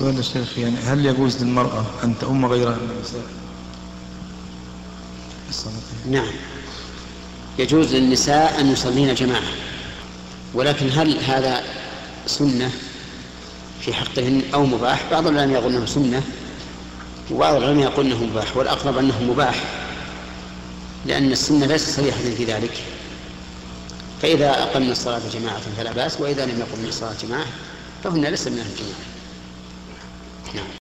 سؤال يا شيخ، يعني هل يجوز للمرأة أن تؤم غيرها من النساء الصلاة؟ نعم، يجوز للنساء أن يصلين جماعة، ولكن هل هذا سنة في حقهن أو مباح؟ بعض العلماء يقول أنه سنة وبعض العلماء يقول أنه مباح، والأقرب أنه مباح، لأن السنة ليست صريحة في ذلك. فإذا أقمنا الصلاة جماعة فلا بأس، وإذا لم يقمنا الصلاة جماعة فهن ليس من أهل الجماعة. نعم.